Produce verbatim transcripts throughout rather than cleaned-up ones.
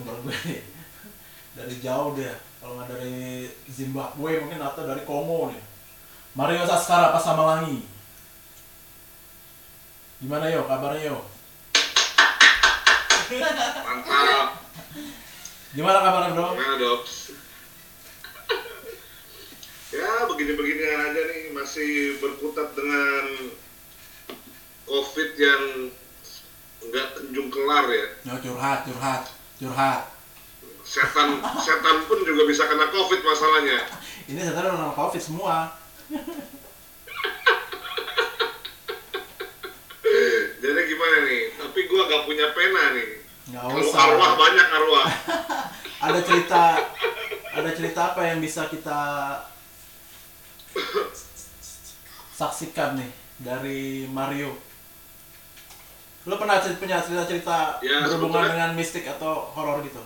kalau gue nih. Dari jauh dia. Kalau nggak dari Zimbabwe mungkin atau dari Kongo nih. Mario Saskara Pasamalangi. Gimana yo kabarnya yo? Mantap. Gimana kabarnya bro? Gimana Dops? Ya begini-begini aja nih, masih berkutat dengan COVID yang nggak kunjung kelar ya. Yo curhat, curhat, curhat. Setan, setan pun juga bisa kena COVID masalahnya. Ini sebenarnya orang COVID semua. Jadi gimana nih? Tapi gua gak punya pena nih. Nggak Kalau usah. arwah banyak arwah. Ada cerita, ada cerita apa yang bisa kita saksikan nih dari Mario? Lo pernah cer- punya cerita-cerita Ya, berhubungan sebetulnya- dengan mistik atau horor gitu?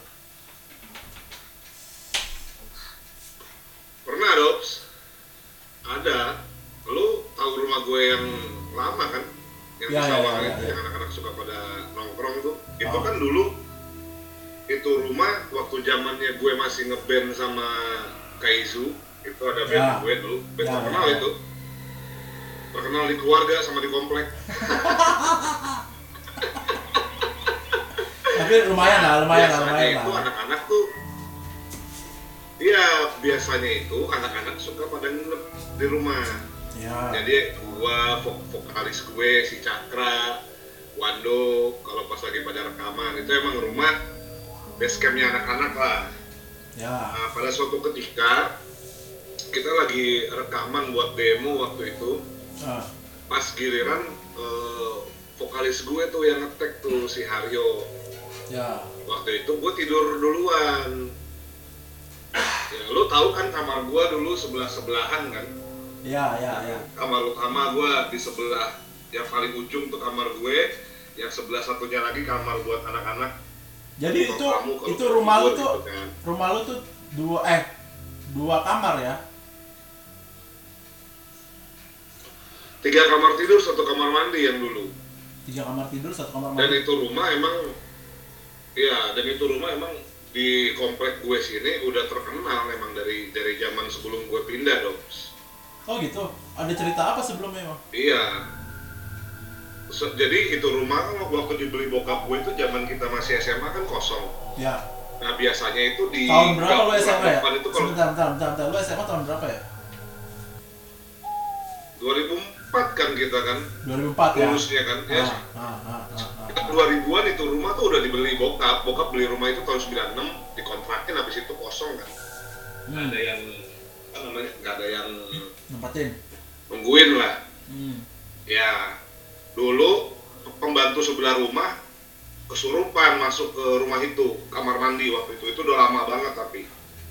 Pernah Dops? Ada. Lu tahu rumah gue yang lama kan? Yang Ya, di ya, sawah ya, ya, itu, ya. yang anak-anak suka pada nongkrong tuh. Itu Oh. kan dulu itu rumah waktu zamannya gue masih ngeband sama Kaizu. Itu ada band Ya. gue dulu, band Ya, terkenal ya, ya. itu. Terkenal di keluarga sama di komplek. Tapi lumayan lah, lumayan lah, Biasanya lumayan itu lah. anak-anak tuh, iya biasanya itu anak-anak suka pada nginep di rumah. Ya, Jadi gua vok- vokalis gue si Cakra, Wando kalau pas lagi pada rekaman itu emang rumah base campnya anak-anak lah. ya, Nah, pada suatu ketika kita lagi rekaman buat demo waktu itu, ah, pas giliran eh, vokalis gue tuh yang ngetek tuh si Haryo. ya, Waktu itu gue tidur duluan. Ya lu tahu kan kamar gue dulu sebelah sebelahan kan? ya, ya, ya. Kamar utama gue di sebelah yang paling ujung tuh kamar gue, yang sebelah satunya lagi kamar buat anak-anak. Jadi Ruang itu tamu kalau itu mau rumah lu tidur tuh, gitu kan. rumah lu tuh dua eh dua kamar ya? Tiga kamar tidur, satu kamar mandi yang dulu. Tiga kamar tidur, satu kamar Dan mandi. itu rumah emang, ya dan itu rumah emang di komplek gue sini udah terkenal emang dari dari zaman sebelum gue pindah dong. Oh gitu. Ada cerita apa sebelumnya emang? Iya. So, jadi itu rumah kan waktu dibeli bokap gue itu zaman kita masih S M A kan kosong. Ya. Nah biasanya itu di Tahun berapa lo S M A ya? depan itu kalau Sebentar, bentar, bentar, bentar. Lo S M A tahun berapa ya? dua ribu empat kan kita kan dua ribu empat ya? lulusnya kan. Ya, Ah, ah, ah, ah, ah, kita ah. dua ribuan itu rumah tuh udah dibeli bokap. Bokap beli rumah itu tahun sembilan puluh enam, dikontrakin habis itu kosong kan. Nggak Hmm, ada yang apa namanya? Nggak ada yang nempatin. nungguin lah. Hmm. Ya, dulu pembantu sebelah rumah kesurupan masuk ke rumah itu, kamar mandi waktu itu. Itu udah lama banget tapi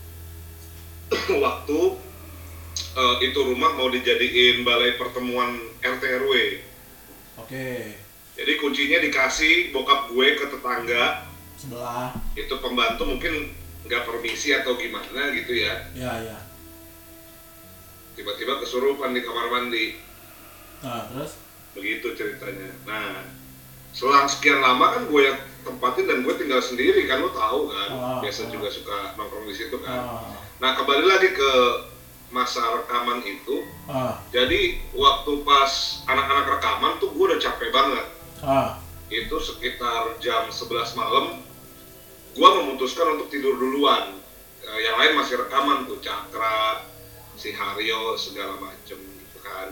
waktu eh, itu rumah mau dijadiin balai pertemuan R T R W. Oke. Jadi kuncinya dikasih bokap gue ke tetangga. Sebelah. Itu pembantu mungkin nggak permisi atau gimana gitu ya. Ya, ya. Tiba-tiba kesurupan di kamar mandi. Nah, terus? Begitu ceritanya. Nah, selang sekian lama kan gue yang tempatin dan gue tinggal sendiri kan, lo tahu kan. Ah, Biasa ah. juga suka nongkrong di situ kan. Ah, Nah, kembali lagi ke masa rekaman itu. ah, Jadi waktu pas anak-anak rekaman tuh gue udah capek banget. ah. Itu sekitar jam sebelas malam. Gue memutuskan untuk tidur duluan. Eh, yang lain masih rekaman tuh, Cakra, si Haryo, segala macem gitu kan.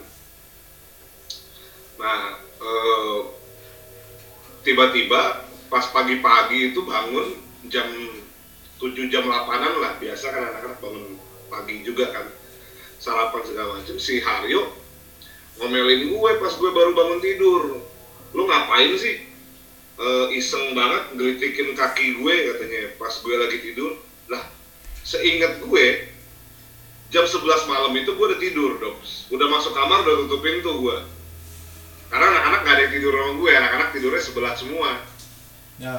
Nah, eh, tiba-tiba pas pagi-pagi itu bangun jam tujuh jam delapanan lah, biasa kan anak-anak bangun pagi juga kan, sarapan segala macem. Si Haryo ngomelin gue pas gue baru bangun tidur, lu ngapain sih e, iseng banget gelitikin kaki gue katanya pas gue lagi tidur. Lah seingat gue jam sebelas malam itu gue udah tidur dong, udah masuk kamar udah tutup pintu gue, karena anak-anak gak ada yang tidur sama gue, anak-anak tidurnya sebelah semua. Ya.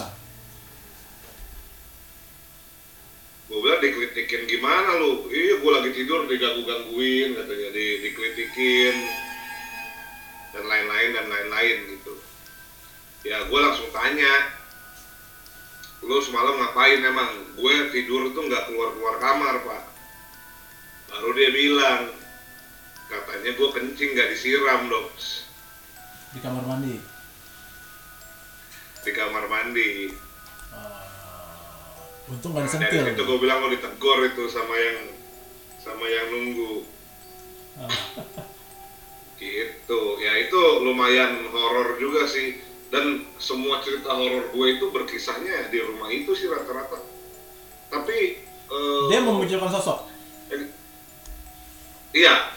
Gue bilang dikelitikin gimana lu? Iya gue lagi tidur diganggu-gangguin katanya, di, dikelitikin dan lain-lain dan lain-lain gitu. Ya gue langsung tanya, lu semalam ngapain emang? Gue tidur tuh nggak keluar-keluar kamar pak. Baru dia bilang, katanya gue kencing nggak disiram dok. Di kamar mandi. Di kamar mandi. Uh, untung nggak Nah, disentil. dari situ gue bilang mau ditegur itu sama yang sama yang nunggu. Uh. Gitu. Ya itu lumayan horor juga sih. Dan semua cerita horor gue itu berkisahnya di rumah itu sih rata-rata. Tapi uh, dia memunculkan sosok. Eh, iya.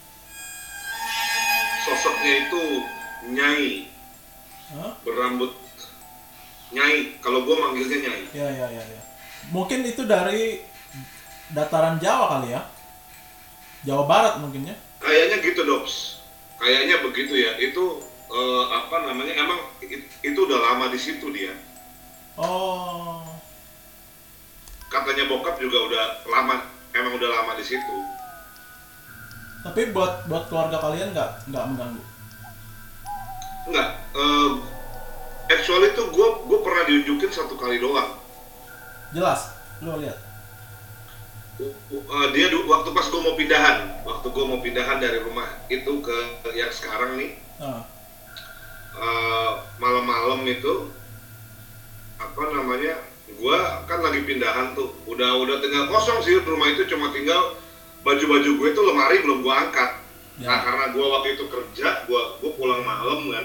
Sosoknya itu Nyai. Huh? Berambut Nyai. Kalau gue manggilnya Nyai. Ya ya ya ya. Mungkin itu dari dataran Jawa kali ya. Jawa Barat mungkin ya. Kayaknya gitu, Dops. Kayaknya begitu ya. Itu uh, apa namanya? Emang it, itu udah lama di situ dia. Oh. Katanya bokap juga udah lama, emang udah lama di situ. Tapi buat buat keluarga kalian nggak nggak mengganggu? Enggak. Uh, actually tuh gue gue pernah diunjukin satu kali doang. Jelas, lo lihat. Uh, uh, dia du- waktu pas gue mau pindahan, waktu gue mau pindahan dari rumah itu ke yang sekarang nih. Uh. Uh, malam-malam itu apa namanya? Gua kan lagi pindahan tuh, udah udah tinggal kosong sih rumah itu, cuma tinggal baju-baju gue itu lemari belum gua angkat. Ya. Nah karena gua waktu itu kerja, gua gua pulang malam kan,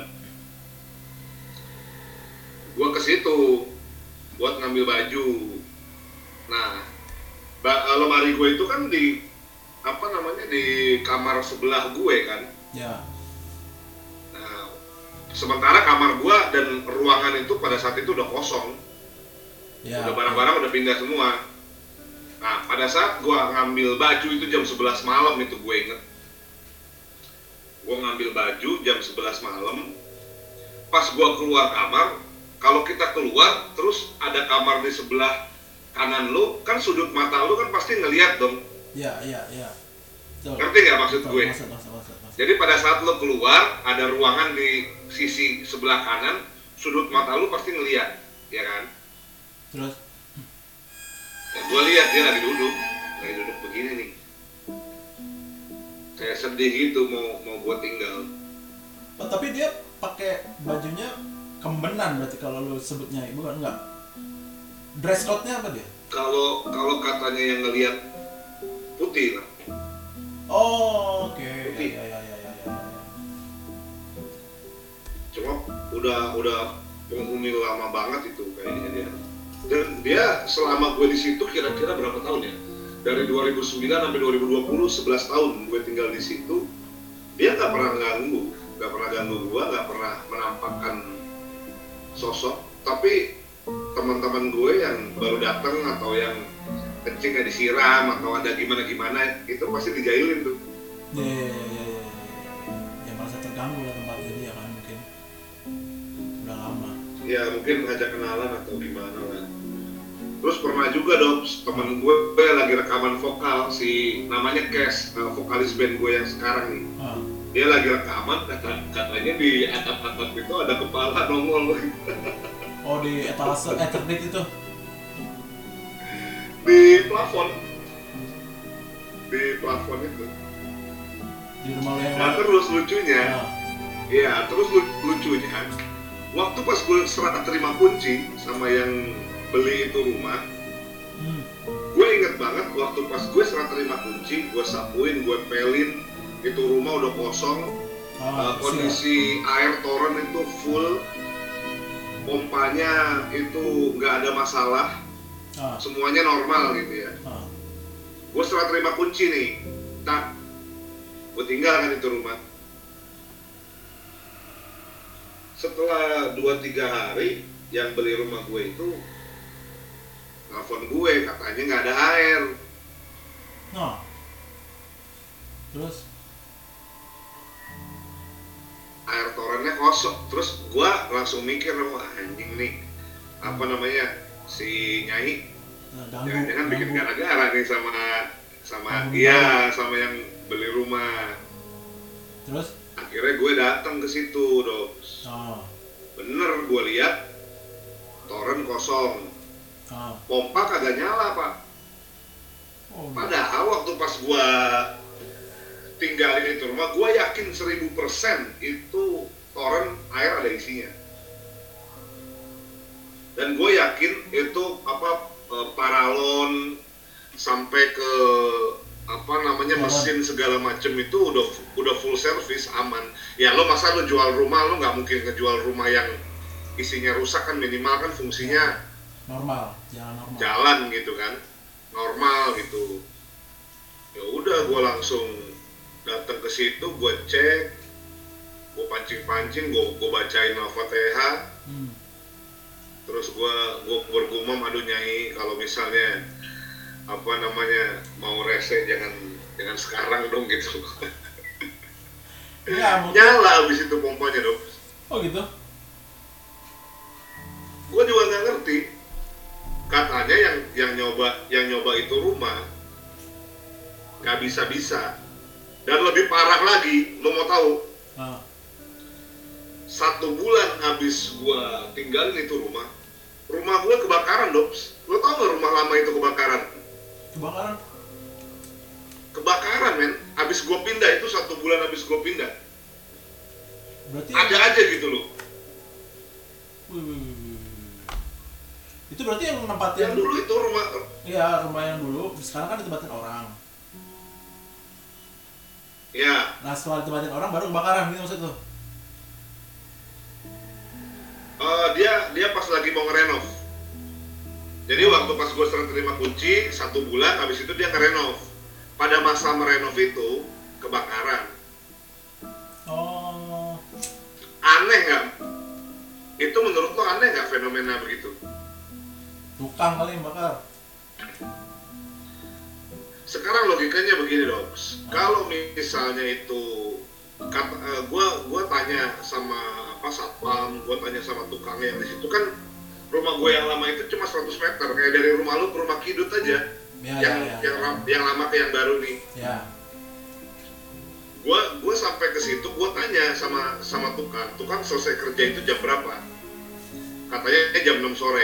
gua ke situ buat ngambil baju. Nah ba- lemari gue itu kan di apa namanya di kamar sebelah gue kan. Ya. Nah sementara kamar gua dan ruangan itu pada saat itu udah kosong. Ya, udah barang-barang udah pindah semua. Nah pada saat gue ngambil baju itu jam sebelas malam itu gue inget. Gue ngambil baju jam sebelas malam. Pas gue keluar kamar, kalau kita keluar terus ada kamar di sebelah kanan lu, kan sudut mata lu kan pasti ngelihat dong. Iya iya iya. Ngerti nggak maksud Betul, gue? maksud, maksud, maksud, maksud. Jadi pada saat lu keluar ada ruangan di sisi sebelah kanan, sudut mata lu pasti ngelihat, ya kan? Terus? Ya, gue lihat dia lagi duduk, lagi duduk begini nih. Kayak sedih gitu mau mau gue tinggal. Oh, tapi dia pakai bajunya kembenan berarti kalau lu sebutnya, bukan enggak? Dress code-nya apa dia? Kalau kalau katanya yang ngelihat putih lah. Oh, oke. Okay. Putih. Ya, ya, ya, ya, ya, ya. Cuma udah udah penghuni lama banget itu kayaknya dia. Dan dia selama gue di situ kira-kira berapa tahun ya? Dari dua ribu sembilan sampai dua ribu dua puluh, sebelas tahun gue tinggal di situ. Dia nggak pernah ganggu, nggak pernah ganggu gue, nggak pernah menampakkan sosok. Tapi teman-teman gue yang baru datang atau yang kencing nggak disiram atau ada gimana-gimana itu pasti dijailin tuh. Ya, ya, ya, ya, ya, ya merasa terganggu lah tempatnya dia kan mungkin. Udah lama. Ya mungkin ngajak kenalan atau gimana lah. Terus pernah juga dong temen gue, gue lagi rekaman vokal si namanya Kes, uh, vokalis band gue yang sekarang nih. Ah. Dia lagi rekaman, kata, katanya di atap-atap itu ada kepala nongol. Oh di etalase, eh terdit itu? Di plafon. Di plafon itu. Di rumah lo yang Nah terus lucunya, iya ah. terus lu, lucunya, waktu pas gue serah terima kunci sama yang beli itu rumah, hmm. gue inget banget waktu pas gue serah terima kunci, gue sapuin, gue pelin, itu rumah udah kosong, ah, uh, kondisi siap. Air toren itu full, pompanya itu nggak ada masalah, ah. semuanya normal gitu ya. Ah. Gue serah terima kunci nih, tak, gue tinggal kan itu rumah. Setelah dua tiga hari, yang beli rumah gue itu telepon gue, katanya nggak ada air. Nah, terus? Air torennya kosong. Terus gue langsung mikir, wah anjing nih, apa namanya, si Nyai nah, jangan-jangan bikin gara-gara nih sama sama dia, sama yang beli rumah. Terus? Akhirnya gue datang ke situ, Dos. Oh. Bener, gue lihat toren kosong. Ah. pompa kagak nyala pak. Oh, Padahal waktu pas gua tinggalin itu rumah, gua yakin seribu persen itu toren air ada isinya. Dan gue yakin itu apa paralon sampai ke apa namanya mesin segala macem itu udah udah full service aman. Ya lo masa lo jual rumah, lo nggak mungkin ngejual rumah yang isinya rusak kan, minimal kan fungsinya normal, jalan normal. Jalan gitu kan, normal gitu. Ya udah gue langsung datang ke situ, gue cek, gue pancing-pancing, gue gue bacain Al-Fatihah. Hmm. Terus gue gue bergumam, aduh Nyai, kalau misalnya apa namanya mau rese jangan jangan sekarang dong gitu. Ya, nyala abis itu pompanya dong. Oh gitu? Gue juga nggak ngerti. Katanya yang yang nyoba yang nyoba itu rumah nggak bisa bisa. Dan lebih parah lagi, lo mau tahu? Ah. Satu bulan habis gue tinggalin itu rumah, rumah gue kebakaran, Dops. Lo tau nggak rumah lama itu kebakaran? Kebakaran? Kebakaran, men. Habis gue pindah, itu satu bulan habis gue pindah. Berarti ada yang... aja gitu loh. Wih. Itu berarti yang nempatin... Yang dulu itu rumah... Iya, rumah yang dulu. Sekarang kan ditempatin orang. Iya. Nah, setelah ditempatin orang baru kebakaran gitu maksud tuh? Uh, dia dia pas lagi mau ngerenov. Jadi waktu pas gue sering terima kunci satu bulan, habis itu dia ngerenov. Pada masa merenov itu kebakaran. Oh. Aneh nggak? Itu menurut lo aneh nggak fenomena begitu? Tukang kali yang bakar. Sekarang logikanya begini, Doks. Oh. Kalau misalnya itu kata, uh, gue gue tanya sama apa satpam, gue tanya sama tukangnya yang di situ kan. Rumah gue yang lama itu cuma seratus meter, kayak dari rumah lu ke rumah Kidut aja. Ya, yang ya, ya, yang ya. yang lama ke yang baru nih. Ya. Gue gue sampai ke situ, gue tanya sama sama tukang, tukang selesai kerja itu jam berapa? Katanya eh, jam enam sore.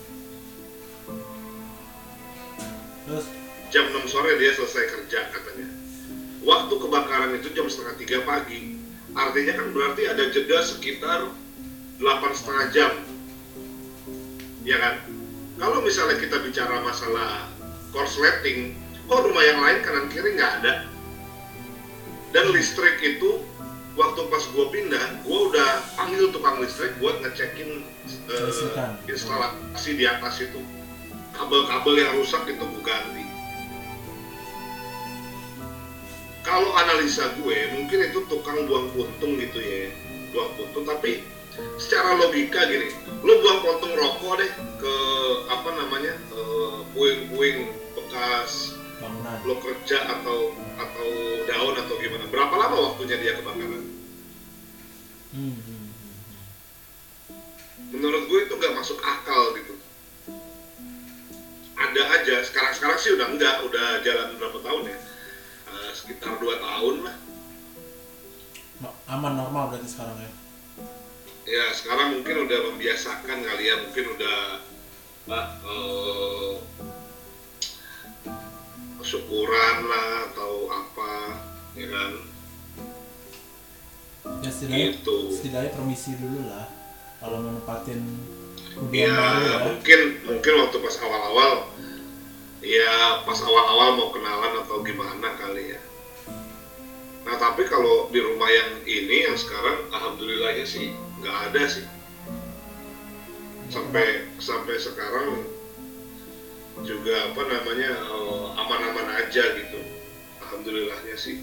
Terus? Jam enam sore dia selesai kerja katanya. Waktu kebakaran itu jam setengah tiga pagi. Artinya kan berarti ada jeda sekitar delapan setengah jam. Ya kan? Kalau misalnya kita bicara masalah korsleting, kok rumah yang lain kanan kiri nggak ada? Dan listrik itu, waktu pas gue pindah, gue udah panggil tukang listrik buat ngecekin uh, instalasi di atas itu. Kabel-kabel yang rusak itu gue ganti. Kalau analisa gue, mungkin itu tukang buang puntung gitu ya, buang puntung, tapi secara logika gini, lo buang potong rokok deh ke apa namanya uh, puing-puing bekas bangunan lo kerja atau atau daun atau gimana, berapa lama waktunya dia kebakaran? Hmm. Menurut gue itu nggak masuk akal gitu. Ada aja, sekarang-sekarang sih udah enggak, udah jalan berapa tahun ya? Uh, sekitar dua tahun lah. Aman normal berarti sekarang ya? Ya sekarang mungkin udah membiasakan kali ya, mungkin udah lah uh, syukuran lah atau apa ya kan ya setidaknya, gitu. Setidaknya permisi dulu lah kalau menempatin ya, baru ya mungkin mungkin waktu pas awal-awal ya pas awal-awal mau kenalan atau gimana kali ya. Nah tapi kalau di rumah yang ini yang sekarang alhamdulillahnya sih nggak ada sih, sampai sampai sekarang juga apa namanya uh, aman-aman aja gitu, alhamdulillahnya sih.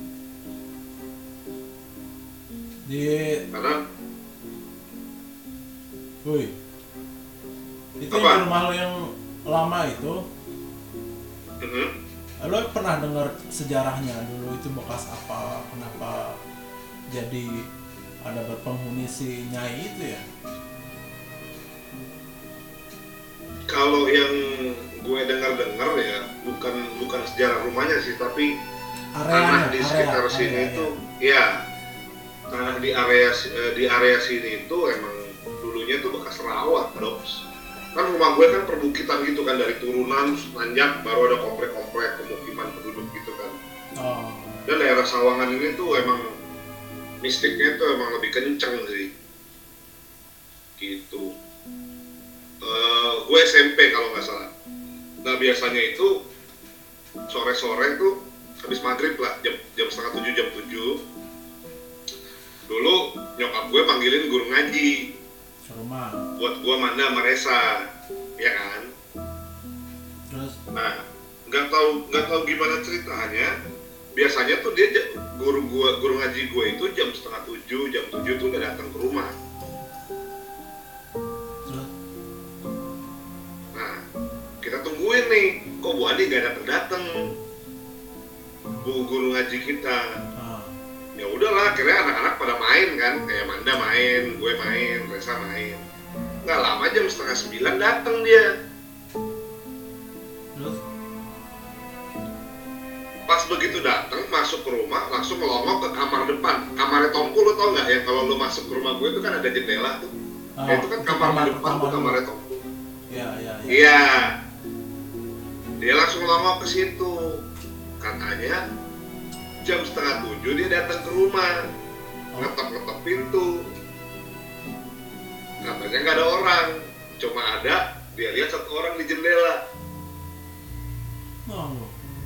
Di karena, woi, itu apa? Yang rumah lo yang lama itu, uh-huh. Lo pernah dengar sejarahnya dulu itu bekas apa, kenapa jadi ada berpenghuni si Nyai itu ya? Kalau yang gue dengar-dengar ya bukan bukan sejarah rumahnya sih, tapi areanya, tanah di sekitar area, sini area, itu ya tanah di area di area sini itu emang dulunya tuh bekas rawa, Dops. kan rumah gue kan perbukitan gitu kan, dari turunan nanjak baru ada komplek-komplek pemukiman penduduk gitu kan. Oh. Dan daerah Sawangan ini tuh emang mistiknya tuh emang lebih kenceng sih gitu. Uh, gue S M P kalau nggak salah. Nah biasanya itu sore-sore tuh habis maghrib lah, jam, jam setengah tujuh, jam tujuh dulu nyokap gue panggilin guru ngaji rumah buat gue manda sama Resa, ya kan. Terus? Nah nggak tahu nggak tahu gimana ceritanya, biasanya tuh dia guru gua guru ngaji gue itu jam setengah tujuh, jam tujuh tuh udah datang ke rumah. Terus? Nah kita tungguin nih, kok Bu Adi nggak datang datang, bu guru ngaji kita. Ah. Ya udahlah, akhirnya anak-anak pada main kan, kayak Manda main, gue main, Resa main. Nggak lama jam setengah sembilan datang dia. Terus? Pas begitu datang masuk ke rumah, langsung ngelongok ke kamar depan. Kamarnya Tompu lo tau nggak? Yang kalau lo masuk ke rumah gue itu kan ada jendela tuh. Oh, ya, itu kan kamar, kamar depan kamar tuh kamarnya Tompu. Iya iya. Iya. Dia langsung ngelongok ke situ. Katanya jam setengah tujuh dia datang ke rumah, ngetok-ngetok pintu. Katanya nggak ada orang, cuma ada dia lihat satu orang di jendela. Oh.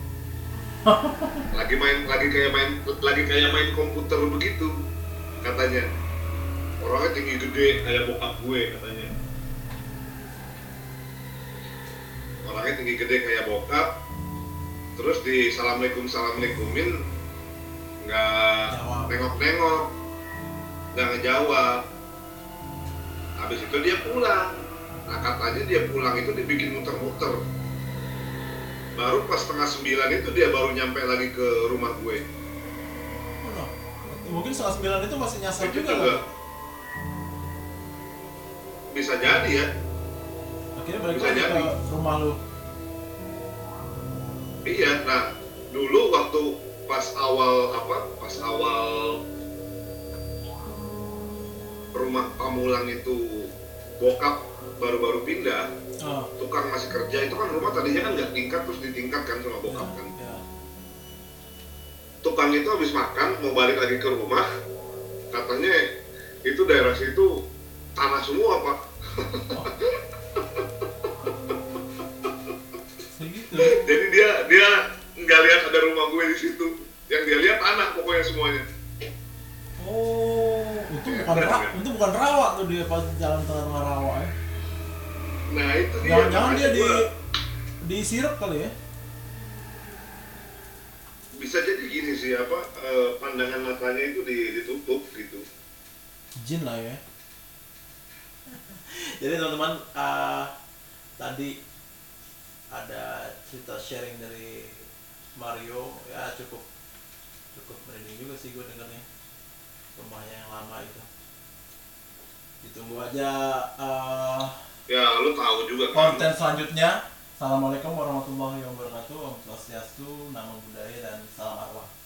lagi main, lagi kayak main, lagi kayak main komputer begitu, katanya. Orangnya tinggi gede kayak bokap gue katanya. Orangnya tinggi gede kayak bokap. Terus di assalamualaikum assalamualaikumin nggak nengok-nengok, nggak ngejawab. Habis itu dia pulang. Nah katanya dia pulang itu dibikin muter-muter. Baru pas setengah sembilan itu dia baru nyampe lagi ke rumah gue. Oh, mungkin setengah sembilan itu masih nyasar Itu juga, juga kan? Bisa jadi ya. Akhirnya balik Bisa lagi jadi. ke rumah lu. Iya, nah dulu waktu pas awal apa, pas awal rumah Pamulang itu bokap baru-baru pindah, Oh. tukang masih kerja, itu kan rumah tadinya kan nggak tingkat terus ditingkatkan sama bokap kan. Ya. Tukang itu habis makan mau balik lagi ke rumah, katanya itu daerah situ tanah semua pak. Oh. Segitu. Jadi dia dia nggak lihat ada rumah gue di situ, yang dia lihat tanah pokoknya semuanya. Oh, itu Ya, bukan keren, ra, kan? itu bukan rawa tuh dia pas jalan tengah rawa ya. Nah itu dia. Jangan-jangan dia di gua, di sirep kali ya? bisa jadi gini sih apa, eh, pandangan matanya itu ditutup gitu. Jin lah ya. Jadi teman-teman, uh, tadi ada cerita sharing dari Mario, ya cukup cukup merinding juga sih gue dengarnya, rumahnya yang lama itu. Ditunggu aja uh, Ya lu tahu juga kan. konten selanjutnya. Assalamualaikum warahmatullahi wabarakatuh. Om Swastiastu, Namo Buddhaya, dan salam arwah.